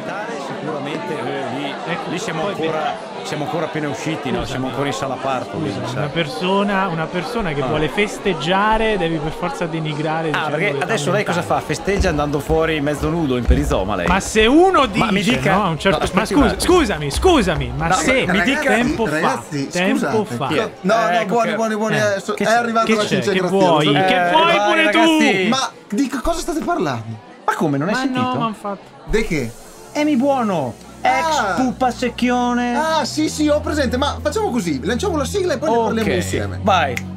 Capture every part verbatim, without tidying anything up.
militare sicuramente eh, lì, Ecco, lì siamo poi ancora siamo ancora appena usciti, no? Siamo ancora in sala parto. Una persona, una persona che Ah. vuole festeggiare devi per forza denigrare. Ah, dicendo perché l'età adesso lei cosa mentale. fa? Festeggia andando fuori mezzo nudo in perizoma lei? Ma se uno dice, Ma mi dica- no, a un certo... no, ma aspetti un scusa, attimo. scusami, scusami, ma No, se ma mi ragazzi, dica tempo ragazzi, fa, tempo scusate. fa. Chi è? No, no, Ecco buoni, che- buoni, buoni. eh, eh, so- che è c'è? arrivata Che la c'è? ciccia Che graziosa. vuoi? so- Che Eh, vuoi vai, pure ragazzi. tu? Ma di che cosa state parlando? Ma come, non hai Ma sentito? no, ma infatti. Di che? Emi Buono, ex Ah. pupa secchione. Ah, sì, sì, ho presente, ma facciamo così, lanciamo la sigla e poi ne parliamo Ok, insieme. vai.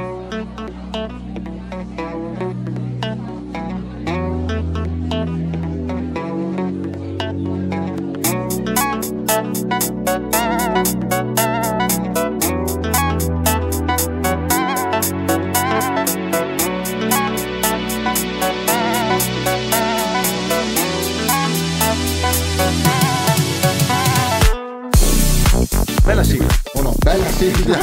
Bella sigla. Oh no, bella sigla.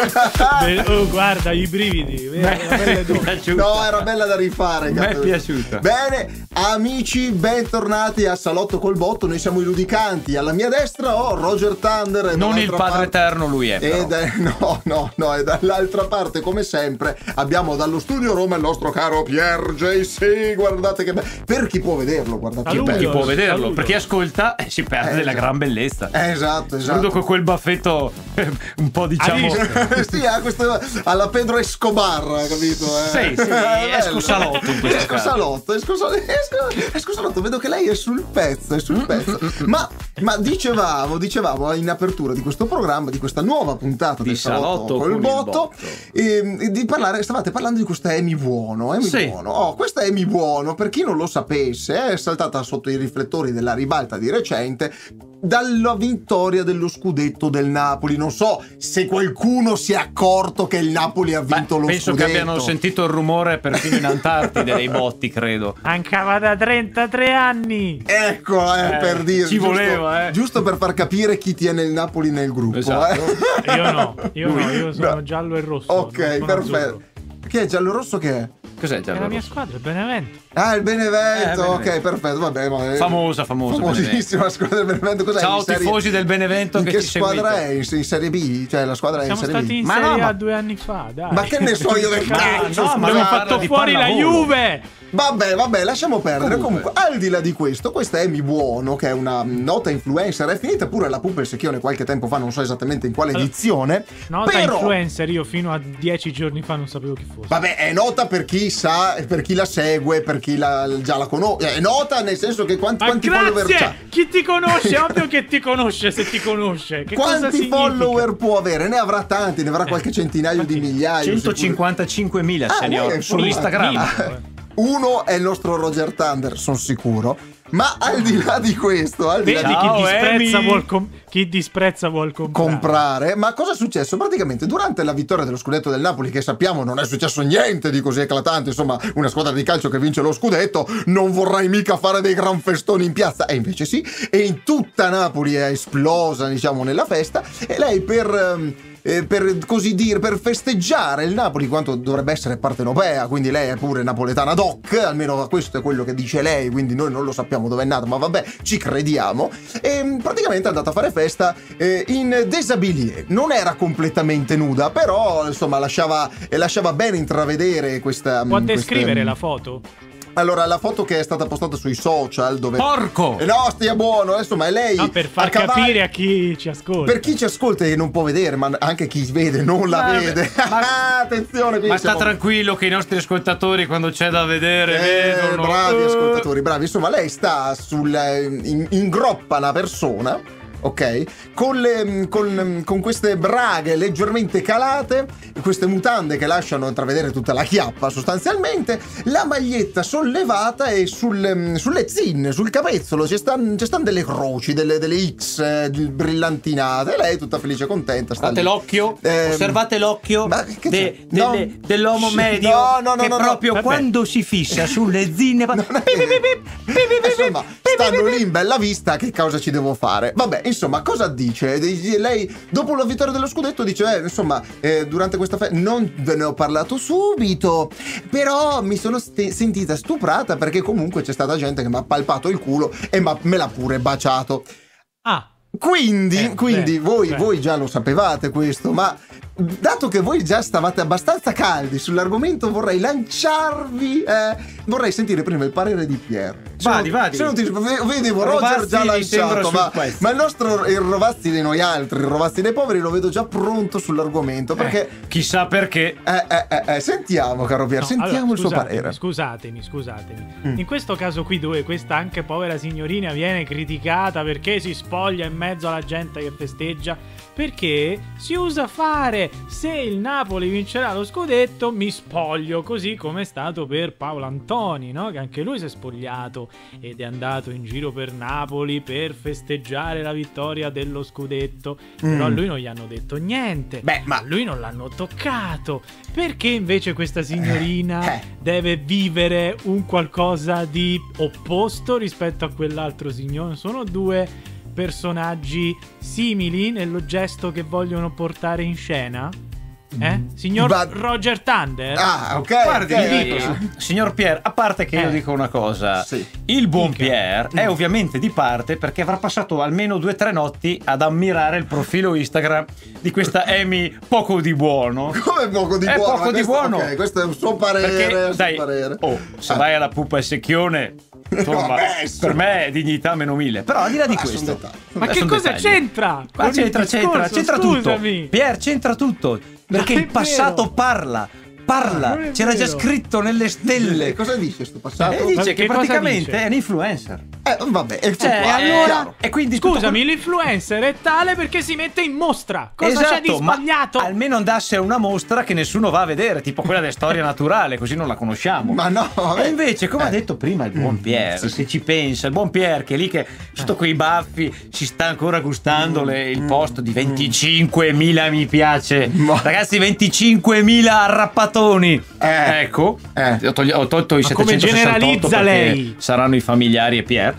Be- oh, guarda i brividi, vero? La pelle d'oca. piaciuta. No, era bella da rifare. Mi è cazzo. piaciuta. Bene, amici, bentornati a Salotto col Botto. Noi siamo i Ludicanti. Alla mia destra ho Roger Thunder. E Non il dall'altra padre parte- eterno lui è, però. Ed è, no, no, no, e dall'altra parte, come sempre, abbiamo dallo studio Roma il nostro caro Pier J C. Guardate che bello. Per chi può vederlo, guardate che Saluto. Chi bello. può vederlo, Saluto. per chi ascolta eh, si perde Eh, della esatto. gran bellezza. Esatto, Saluto esatto. con quel baffetto eh, un po' diciamo. Sì, ha questo alla Pedro Escobar, capito? Eh? Sì, sì, Bello. esco salotto in questo esco caso. salotto, esco salotto, esco, esco salotto, vedo che lei è sul pezzo, è sul pezzo. Ma, ma dicevamo, dicevamo in apertura di questo programma, di questa nuova puntata Di del Salotto Salotto col con il Botto, Botto. ehm, di parlare, stavate parlando di questa Emi Buono, Emi Sì. Buono. Oh, questa Emi Buono, per chi non lo sapesse, è saltata sotto i riflettori della ribalta di recente dalla vittoria dello scudetto del Napoli. Non so se qualcuno si è accorto che il Napoli ha Beh, vinto lo penso scudetto. che abbiano sentito il rumore perfino in Antartide dei botti, credo. Mancava da trentatré anni. Ecco, eh, Eh, per dire ci giusto, voleva, eh. giusto per far capire chi tiene il Napoli nel gruppo. Esatto. eh. Io no, io no, io sono No. giallo e rosso. Ok, non sono perfetto. azzurro. Che è giallo-rosso che è? Cos'è È giallo la mia rosso? squadra, il Benevento. Ah, il Benevento. Eh, ok, Benevento. perfetto. Vabbè, ma- Famosa, famosa. famosissima squadra del Benevento. Cos'è? Ciao In serie- tifosi del Benevento in che che ci squadra seguite. è? In, in Serie B? Cioè la squadra è in Siamo Serie stati B? in Ma Serie no, A ma- due anni fa, dai. Ma che ne so io del calcio? no, ma Abbiamo no, parla fatto di fuori la pallavolo. Juve. Vabbè, vabbè, lasciamo perdere. Comunque. Comunque. al di là di questo, questa Emi Buono, che è una nota influencer, è finita pure la Pupa e il Secchione qualche tempo fa, non so esattamente in quale Allora, edizione. Nota però, influencer, io fino a dieci giorni fa non sapevo chi fosse. vabbè, è nota per chi sa, per chi la segue, per chi la, già la conosce. È nota nel senso che quanti, Ma quanti follower c'ha. grazie! Chi ti conosce? Ovvio che ti conosce se ti conosce. Che cosa Quanti significa? follower può avere? Ne avrà tanti, ne avrà qualche centinaio di migliaia. centocinquantacinquemila Ah, signor eh, su insomma, Instagram. minimo, sicuro. Uno è il nostro Roger Thunder, sono sicuro. Ma al di là di questo, al di là Vedi di chi Ciao, disprezza Emi. vuol com- chi disprezza vuol comprare. comprare, ma cosa è successo? Praticamente durante la vittoria dello scudetto del Napoli, che sappiamo non è successo niente di così eclatante, insomma una squadra di calcio che vince lo scudetto non vorrai mica fare dei gran festoni in piazza, e invece sì, e in tutta Napoli è esplosa, diciamo, nella festa, e lei per... ehm, eh, per così dire, per festeggiare il Napoli, quanto dovrebbe essere partenopea, quindi lei è pure napoletana doc, almeno questo è quello che dice lei, quindi noi non lo sappiamo dove è nata, ma vabbè, ci crediamo. E praticamente è andata a fare festa eh, in déshabillé, non era completamente nuda, però insomma lasciava, eh, lasciava bene intravedere questa... Può queste- descrivere la foto? Allora, la foto che è stata postata sui social dove... Porco! Eh no, stia buono, insomma, è lei... No, per far a cavallo- capire a chi ci ascolta. per chi ci ascolta e non può vedere, ma anche chi vede non la Ma- vede. ma- Attenzione, qui Ma sta siamo- tranquillo che i nostri ascoltatori quando c'è da vedere Eh, vedono. bravi Eh. ascoltatori, bravi. Insomma, lei sta sul in, ingroppa una persona. Ok, con, le, con, con queste braghe leggermente calate, queste mutande che lasciano intravedere tutta la chiappa sostanzialmente, la maglietta sollevata e sul, sulle zinne, sul capezzolo ci stanno stan delle croci, delle, delle X eh, brillantinate, e lei è tutta felice e contenta. sta Guardate lì. l'occhio, Ehm, osservate l'occhio ma che de- c'è? delle- No. dell'uomo Shh, medio no, no, no, che no, no. proprio Vabbè. quando si fissa sulle zinne fa... Non è- Pi, pi, pi, pi, pi, pi, pi, Insomma, pi, pi, stanno lì in bella vista, che cosa ci devo fare? Vabbè, insomma, cosa dice? Lei, dopo la vittoria dello scudetto, dice, eh, insomma, eh, durante questa festa non ve ne ho parlato subito, però mi sono st- sentita stuprata perché comunque c'è stata gente che mi ha palpato il culo e me l'ha pure baciato. Ah. Quindi, eh, quindi beh, voi, beh. voi già lo sapevate questo, ma dato che voi già stavate abbastanza caldi sull'argomento, vorrei lanciarvi, eh, vorrei sentire prima il parere di Pier. Vadi, vadi. Se non ti, vedevo Rovazzi Roger già mi sembra lanciato, sul ma, questo. ma il nostro il Rovazzi di noi altri, il Rovazzi dei poveri, lo vedo già pronto sull'argomento, perché... Eh, chissà perché. Eh, eh, eh, eh, sentiamo, caro Pier, No, sentiamo allora, il suo scusatemi, parere. Scusatemi, scusatemi. Mm. In questo caso qui dove questa anche povera signorina viene criticata perché si spoglia in mezzo alla gente che festeggia, perché si usa fare: se il Napoli vincerà lo scudetto mi spoglio, così come è stato per Paolo Antoni, no? Che anche lui si è spogliato ed è andato in giro per Napoli per festeggiare la vittoria dello scudetto, però a Mm. lui non gli hanno detto niente. Beh, ma- a lui non l'hanno toccato. Perché invece questa signorina Eh, eh. deve vivere un qualcosa di opposto rispetto a quell'altro signore? Sono due personaggi simili nello gesto che vogliono portare in scena? Eh? Signor Ma- Roger Thunder? Ah, ok. Guardi, ok, eh, ecco. signor Pier, a parte che io Eh. dico una cosa, Sì. il buon Dica. Pier è ovviamente di parte perché avrà passato almeno due o tre notti ad ammirare il profilo Instagram di questa Amy poco di buono. Come poco di È buono? poco di questo, buono. ok, questo è un suo parere. Perché, un suo dai, parere. oh, se Eh. vai alla pupa e secchione, insomma, Vabbè, su. per me è dignità meno mille. Però al di là di Ah, sono questo, dettagli. Ma eh, che sono cosa dettagli. c'entra? Ma con il c'entra, c'entra, discorso? c'entra tutto. Scusami. Pier, c'entra tutto. Perché Ma il è passato vero. parla. Parla, Non è c'era già vero. scritto nelle E stelle. cosa dice sto passato? E Ma dice che che cosa praticamente dice? è un influencer. Eh, vabbè, è tutto Cioè, qua, allora- chiaro. E quindi tutto Scusami, quel- l'influencer è tale perché si mette in mostra. Cosa esatto, c'è di ma sbagliato? almeno andasse a una mostra che nessuno va a vedere, tipo quella di storia naturale, così non la conosciamo. Ma no, vabbè. E invece, come Eh. ha detto prima il buon Pier, sì, se ci pensa, il buon Pier che è lì che sotto quei baffi si sta ancora gustando le- il posto di venticinquemila mi piace. Ma- Ragazzi, venticinquemila arrappatoni. Eh. Ecco, Eh. ho, togli- ho tolto i Ma come settecentosessantotto generalizza perché lei? saranno i familiari e Pier.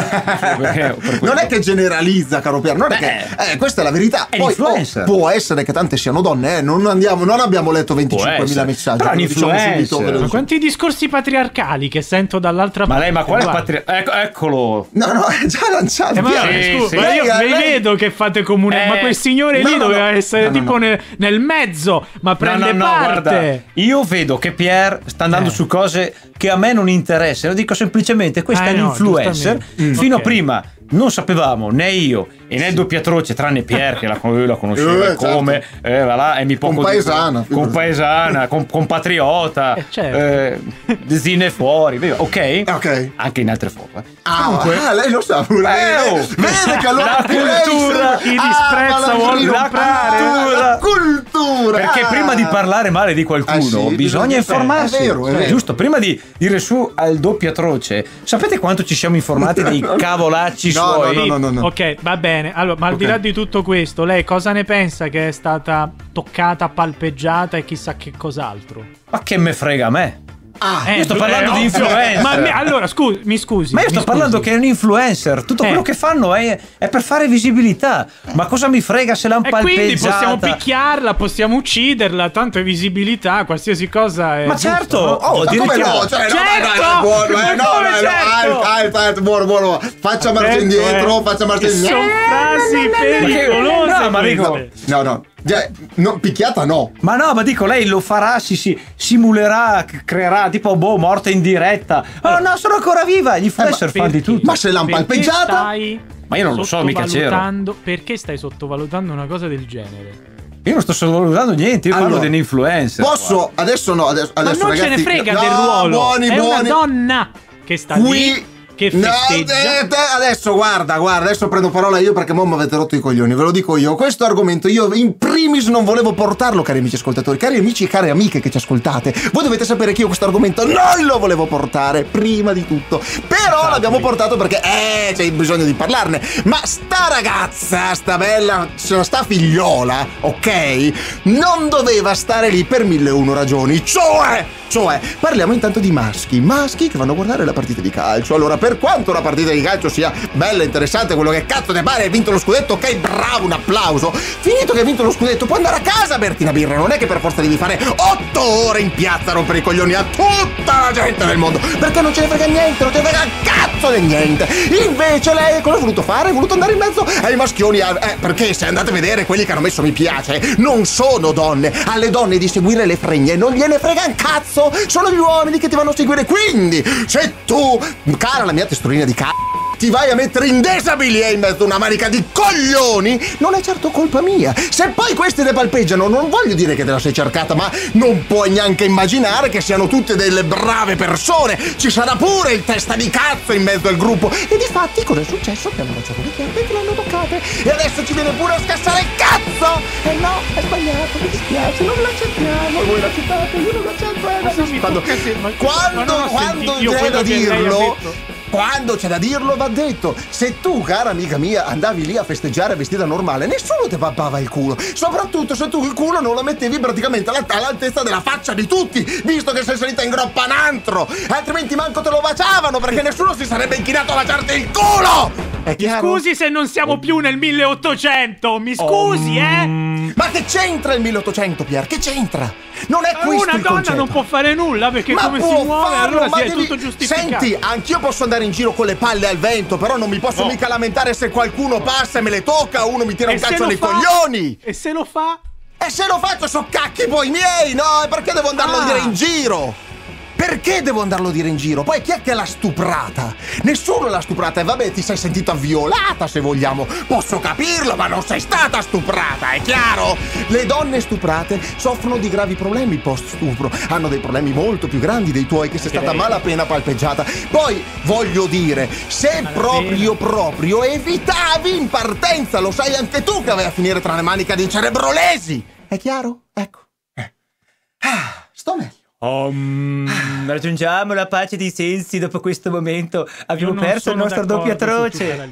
Perché- per Non è quello. che generalizza, caro Pier, non è Beh, che eh, questa è la verità. è Poi l'influencer. oh, può essere che tante siano donne, eh. non, andiamo, non abbiamo letto venticinquemila essere. messaggi. Però è ve lo diciamo l'influencer. subito, ve lo Ma diciamo. quanti discorsi patriarcali che sento dall'altra Ma parte? lei, ma quale Guarda. patria... Ecco, eccolo. No, no, è già lanciato. Eh, ma, Pier. Sì, scusa, sì. ma io Lei- vi lei- vedo che fate comune, Eh, ma quel signore no, lì no, doveva no. essere No, no, tipo no. ne- nel mezzo, ma prende no, no, no, parte. guarda, io vedo che Pier sta andando Eh. su cose che a me non interessano. Lo dico semplicemente, questo Eh, è un no, influencer. giustamente. Mm. Fino Ok. a prima non sapevamo né io e né il doppiatroce, tranne Pier che la, lui la conosceva Eh, come eh, va là, e mi poco Compaesana, di- compaesana, com- compatriota, Eh, certo. eh, zine fuori, vero? Ok? Ok. Anche in altre forme. Ah, Comunque, ah, lei lo sa pure. Eh, oh. Vede che allora La cultura, chi disprezza ma vuol la comprare. cultura, la cultura. Perché Ah. prima di parlare male di qualcuno Ah, sì, bisogna bisogna- informarsi. è vero, è vero. Giusto, prima di dire su al doppio atroce, sapete quanto ci siamo informati dei cavolacci No, suoi? no, no, no, no. Ok, va bene. Allora, ma al di Ok. là di tutto questo, lei cosa ne pensa che è stata toccata, palpeggiata e chissà che cos'altro? Ma che me frega a me? Ah, Eh, io sto eh, parlando di ovvio. influencer. Ma me- allora, scusi, mi scusi. Ma io mi sto scusi. parlando che è un influencer. Tutto Eh. quello che fanno è, è per fare visibilità. Ma cosa mi frega se l'ha E quindi palpeggiata? possiamo picchiarla, possiamo ucciderla, tanto è visibilità, qualsiasi cosa è. Ma giusto, certo, no? oh, ma dire come chiaro. no? Cioè, no, Certo! dai, dai, buono, Ma eh, no, come dai, no, certo? alt, alt, alt, buono, buono. Faccia marcia Attento, indietro, eh. faccia marcia Che indietro. sono frasi pericolose. No, ma dico- queste. No, no, già, no, picchiata no. Ma no, ma dico, lei lo farà, si, si simulerà, c- creerà tipo, boh, morte in diretta. Oh no, sono ancora viva. Gli influencer fanno di Perché? tutto. Ma se l'han Perché palpeggiata? stai Ma io non lo so, mica c'ero. sottovalutando- Perché stai sottovalutando una cosa del genere? Io non sto sottovalutando niente, io parlo Allora, degli influencer. Posso, adesso no, adesso, Ma adesso non ragazzi, ce ne frega no, del ruolo. buoni, è buoni. una donna che sta Qui lì, che No, festeggia. eh, te- adesso guarda, guarda, adesso prendo parola io perché mo mi avete rotto i coglioni, ve lo dico io. Questo argomento io in primis non volevo portarlo, cari amici ascoltatori, cari amici e care amiche che ci ascoltate. Voi dovete sapere che io questo argomento non lo volevo portare prima di tutto. Però l'abbiamo portato perché eh c'è bisogno di parlarne. Ma sta ragazza, sta bella, sta figliola, ok? Non doveva stare lì per mille e uno ragioni. Cioè Cioè, parliamo intanto di maschi, maschi che vanno a guardare la partita di calcio. Allora, per quanto la partita di calcio sia bella, interessante, quello che cazzo ne pare, hai vinto lo scudetto, ok, bravo, un applauso. Finito che hai vinto lo scudetto, puoi andare a casa a berti una birra, non è che per forza devi fare otto ore in piazza a rompere i coglioni a tutta la gente del mondo, perché non ce ne frega niente, non ce ne frega un cazzo di niente. Invece lei cosa ha voluto fare? Ha voluto andare in mezzo ai maschioni, a... eh, perché se andate a vedere quelli che hanno messo mi piace, non sono donne, alle donne di seguire le fregne non gliene frega un cazzo. Sono gli uomini che ti vanno a seguire. Quindi se tu, cara la mia testolina di c***o, ti vai a mettere in disabilie in mezzo a una manica di coglioni, non è certo colpa mia. Se poi questi le palpeggiano, non voglio dire che te la sei cercata, ma non puoi neanche immaginare che siano tutte delle brave persone. Ci sarà pure il testa di cazzo in mezzo al gruppo. E difatti cosa è successo? Che hanno lanciato le chiappe e te l'hanno toccate, e adesso ci viene pure a scassare il cazzo. E eh no, è sbagliato, mi dispiace, non l'accettiamo. Voi l'accettate, io non l'accetto. Eh, quando quando, quando c'è da dirlo, quando c'è da dirlo va detto. Se tu, cara amica mia, andavi lì a festeggiare vestita normale, nessuno ti pappava il culo. Soprattutto se tu il culo non lo mettevi praticamente all'altezza della faccia di tutti, visto che sei salita in groppa un antro. Altrimenti manco te lo baciavano, perché nessuno si sarebbe inchinato a baciarti il culo. È chiaro? Scusi se non siamo più nel milleottocento. Mi scusi, oh, eh? Ma che c'entra il milleottocento, Pier? Che c'entra? Non è questo una il donna concetto. non può fare nulla, perché ma come si muove farlo, allora si è devi... tutto giustificato. Senti, anch'io posso andare in giro con le palle al vento, però non mi posso no. mica lamentare se qualcuno passa e me le tocca o uno mi tira e un calcio nei fa? coglioni. E se lo fa? E se lo faccio so cacchi poi miei, no? E perché devo andarlo ah. a dire in giro? Perché devo andarlo a dire in giro? Poi chi è che l'ha stuprata? Nessuno l'ha stuprata. E vabbè, ti sei sentita violata, se vogliamo. Posso capirlo, ma non sei stata stuprata, è chiaro? Le donne stuprate soffrono di gravi problemi post stupro. Hanno dei problemi molto più grandi dei tuoi, che sei stata malapena palpeggiata. Poi, voglio dire, se proprio proprio evitavi in partenza, lo sai anche tu che vai a finire tra le maniche di cerebrolesi. È chiaro? Ecco. Eh. Ah, sto meglio. Um, raggiungiamo la pace dei sensi dopo questo momento. Abbiamo perso il nostro doppio atroce.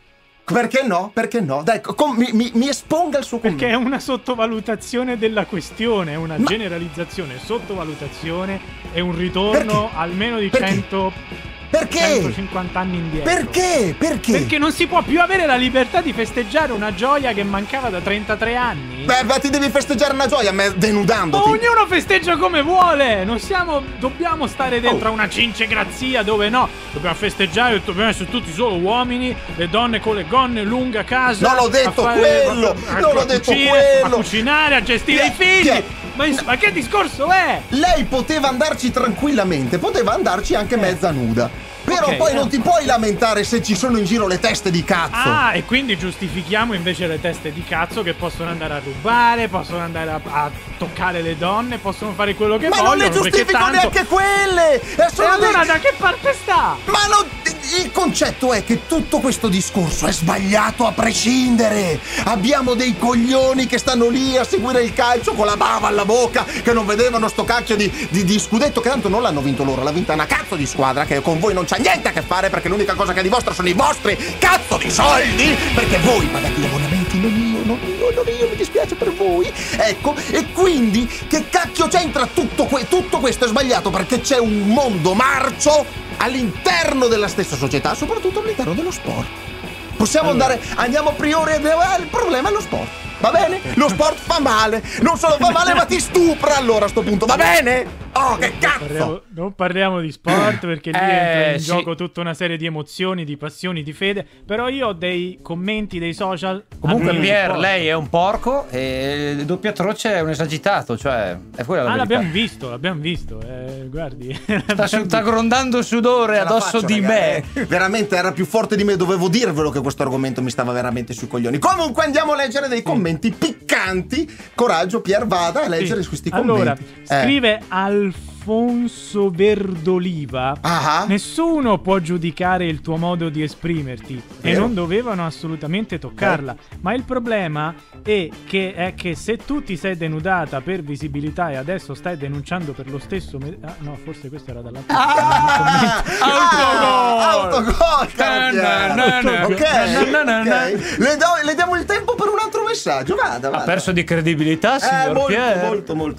Perché no? Perché no? Dai, com- mi, mi, mi esponga il suo commento. Perché è una sottovalutazione della questione, è una Ma... generalizzazione, sottovalutazione e un ritorno Perché? almeno di Perché? cento Perché? centocinquanta anni indietro. Perché? Perché? Perché non si può più avere la libertà di festeggiare una gioia che mancava da trentatré anni. Beh, ma ti devi festeggiare una gioia, me denudandoti. Ma ognuno festeggia come vuole. Non siamo. Dobbiamo stare dentro a oh. una cincegrazia dove no. Dobbiamo festeggiare, dobbiamo essere tutti solo uomini. Le donne con le gonne lunghe a casa. Non ho detto fare, quello. A, a, non a ho detto cucire, quello. A cucinare, a gestire Pia, i figli. Pia. Ma, ins- ma che discorso è? Lei poteva andarci tranquillamente, poteva andarci anche mezza nuda. Però okay, poi eh. non ti puoi lamentare se ci sono in giro le teste di cazzo. Ah, e quindi giustifichiamo invece le teste di cazzo che possono andare a rubare, possono andare a, a toccare le donne, possono fare quello che Ma vogliono. non le giustifico tanto... neanche quelle! È solo e allora dei... da che parte sta? Ma non... Il concetto è che tutto questo discorso è sbagliato a prescindere. Abbiamo dei coglioni che stanno lì a seguire il calcio con la bava alla bocca, che non vedevano sto cacchio di, di, di scudetto, che tanto non l'hanno vinto loro, l'ha vinta una cazzo di squadra che con voi non c'ha niente a che fare, perché l'unica cosa che dimostra sono i vostri cazzo di soldi, perché voi pagate gli abbonamenti, non io, non io, non io, mi dispiace per voi. Ecco, e quindi che cacchio c'entra tutto, que- tutto questo è sbagliato, perché c'è un mondo marcio all'interno della stessa società, soprattutto all'interno dello sport. Possiamo allora. andare, andiamo a priori, il problema è lo sport. Va bene? Lo sport fa male. Non solo fa male, ma ti stupra allora a sto punto. Va bene? Oh, che cazzo! Non parliamo, non parliamo di sport, perché lì eh, entra in sì. gioco tutta una serie di emozioni, di passioni, di fede. Però io ho dei commenti dei social. Comunque Pier, lei è un porco e il doppio atroce è un esagitato, cioè è quella la Ah, verità. l'abbiamo visto, l'abbiamo visto. Eh, guardi, sta, su, sta grondando sudore addosso faccio, di ragazzi. me. Veramente era più forte di me, dovevo dirvelo che questo argomento mi stava veramente sui coglioni. Comunque andiamo a leggere dei commenti piccanti. Coraggio, Pier, vada a leggere sì. questi allora, commenti. Allora, scrive eh. Alfonso Verdoliva. Ah. Nessuno può giudicare il tuo modo di esprimerti Vero. e non dovevano assolutamente toccarla. Eh. Ma il problema è che, è che se tu ti sei denudata per visibilità e adesso stai denunciando per lo stesso me- ah, no, forse questo era dall'altro ah, autogol autogol ok, okay. Le, do, le diamo il tempo per un altro messaggio. Vada, vada. Ha perso di credibilità, signor eh, molto, Pier. molto molto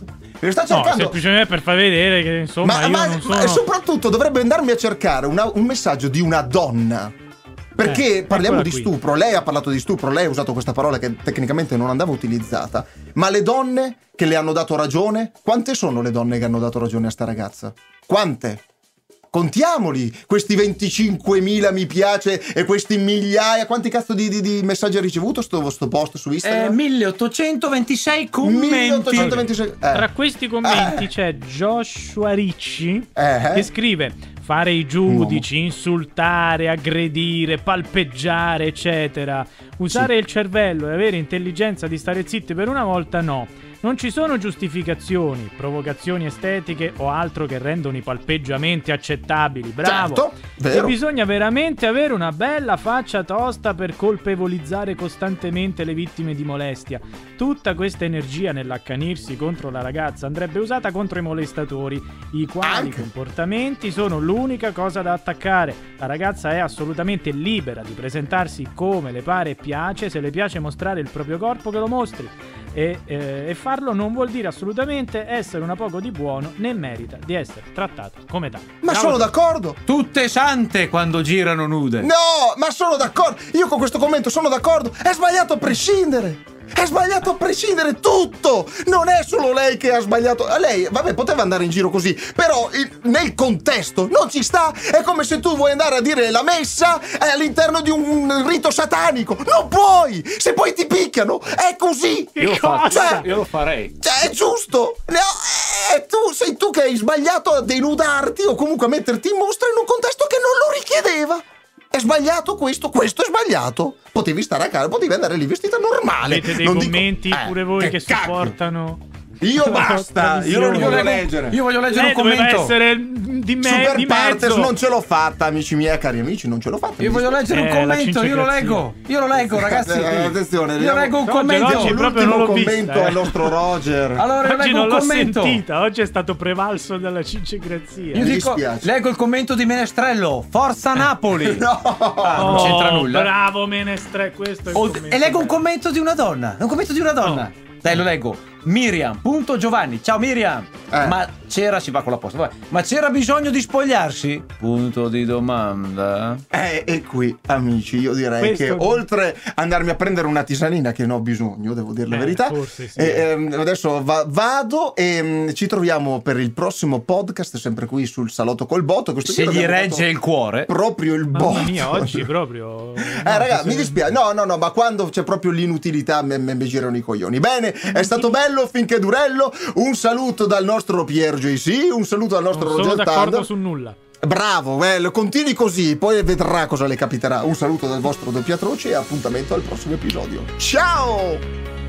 lo sta No, cercando. semplicemente per far vedere che insomma Ma, io ma- non sono. ma soprattutto dovrebbe andarmi a cercare una- un messaggio di una donna. Perché Eh, parliamo eccola di qui. stupro, lei ha parlato di stupro, lei ha usato questa parola che tecnicamente non andava utilizzata, ma le donne che le hanno dato ragione, quante sono le donne che hanno dato ragione a sta ragazza? Quante? Contiamoli, questi venticinquemila mi piace e questi migliaia, quanti cazzo di, di- di messaggi ha ricevuto sto, sto post su Eh, Instagram? milleottocentoventisei commenti. milleottocentoventisei eh. Tra questi commenti Eh. c'è Joshua Ricci Eh. che scrive: fare i giudici, insultare, aggredire, palpeggiare, eccetera. Usare Sì. il cervello e avere intelligenza di stare zitti per una volta no. Non ci sono giustificazioni, provocazioni estetiche o altro che rendono i palpeggiamenti accettabili. Bravo. Certo, vero. E bisogna veramente avere una bella faccia tosta per colpevolizzare costantemente le vittime di molestia. Tutta questa energia nell'accanirsi contro la ragazza andrebbe usata contro i molestatori, i quali Anche. comportamenti sono l'unica cosa da attaccare. La ragazza è assolutamente libera di presentarsi come le pare e piace. Se le piace mostrare il proprio corpo, che lo mostri. E, eh, e farlo non vuol dire assolutamente essere una poco di buono, né merita di essere trattata come tale. Ma Bravo sono te. d'accordo. Tutte sante quando girano nude. No, ma sono d'accordo. Io con questo commento sono d'accordo. È sbagliato a prescindere. È sbagliato a prescindere tutto. Non è solo lei che ha sbagliato. Lei, vabbè, poteva andare in giro così, però il- nel contesto non ci sta. È come se tu vuoi andare a dire la messa è all'interno di un rito satanico. Non puoi. Se poi ti picchiano, è così. Che Io lo, faccio, cosa? io lo farei. Cioè, è giusto. No, eh, tu sei tu che hai sbagliato a denudarti o comunque a metterti in mostra in un contesto che non lo richiedeva. È sbagliato questo, questo è sbagliato. Potevi stare a casa, potevi andare lì vestita normale. Avete dei Non dico- commenti Eh, pure voi che, cacchio. supportano. Io basta, io non li Io voglio leggo- leggere. Io voglio leggere Lei un doveva commento. essere di, me, Super di Partes mezzo. non ce l'ho fatta, amici miei, cari amici, non ce l'ho fatta. Io mi voglio dispiace. leggere un Eh, la commento, io lo cincigrazia. leggo. Io lo leggo, ragazzi. Eh, attenzione, Io vediamo- leggo un Oggi- commento. oggi proprio L'ultimo non l'ho commento vista, eh. al nostro Roger. Allora io Oggi leggo non un l'ho commento. sentita, oggi è stato prevalso dalla cincigrazia. Io Mi dico, dispiace. leggo il commento di Menestrello. Forza Napoli. No. Ah, non Oh, c'entra nulla. Bravo Menestre, questo è il Oh, commento e leggo un bello. commento di una donna. Un commento di una donna. Dai, lo leggo. Miriam.Giovanni. Ciao Miriam. Eh. Ma c'era, si va con la posta. Vabbè. Ma c'era bisogno di spogliarsi? Punto di domanda. Eh, e qui, amici, io direi Questo- che oltre a andarmi a prendere una tisanina che ne ho bisogno, devo dire la Eh, verità, forse sì. eh, ehm, adesso va- vado e mm, ci troviamo per il prossimo podcast, sempre qui sul Salotto col Botto. Questo Se giro gli abbiamo regge fatto il cuore. proprio il botto. Mamma mia, oggi proprio. Eh raga, mi dispiace. No, no, no, ma quando c'è proprio l'inutilità me, me, me girano i coglioni. Bene, è stato bello finché durello. Un saluto dal nostro Pier J C, un saluto dal nostro Non sono Roger d'accordo Thunder. su nulla. Bravo, bello, continui così, poi vedrà cosa le capiterà. Un saluto dal vostro Doppiatroce e appuntamento al prossimo episodio. Ciao!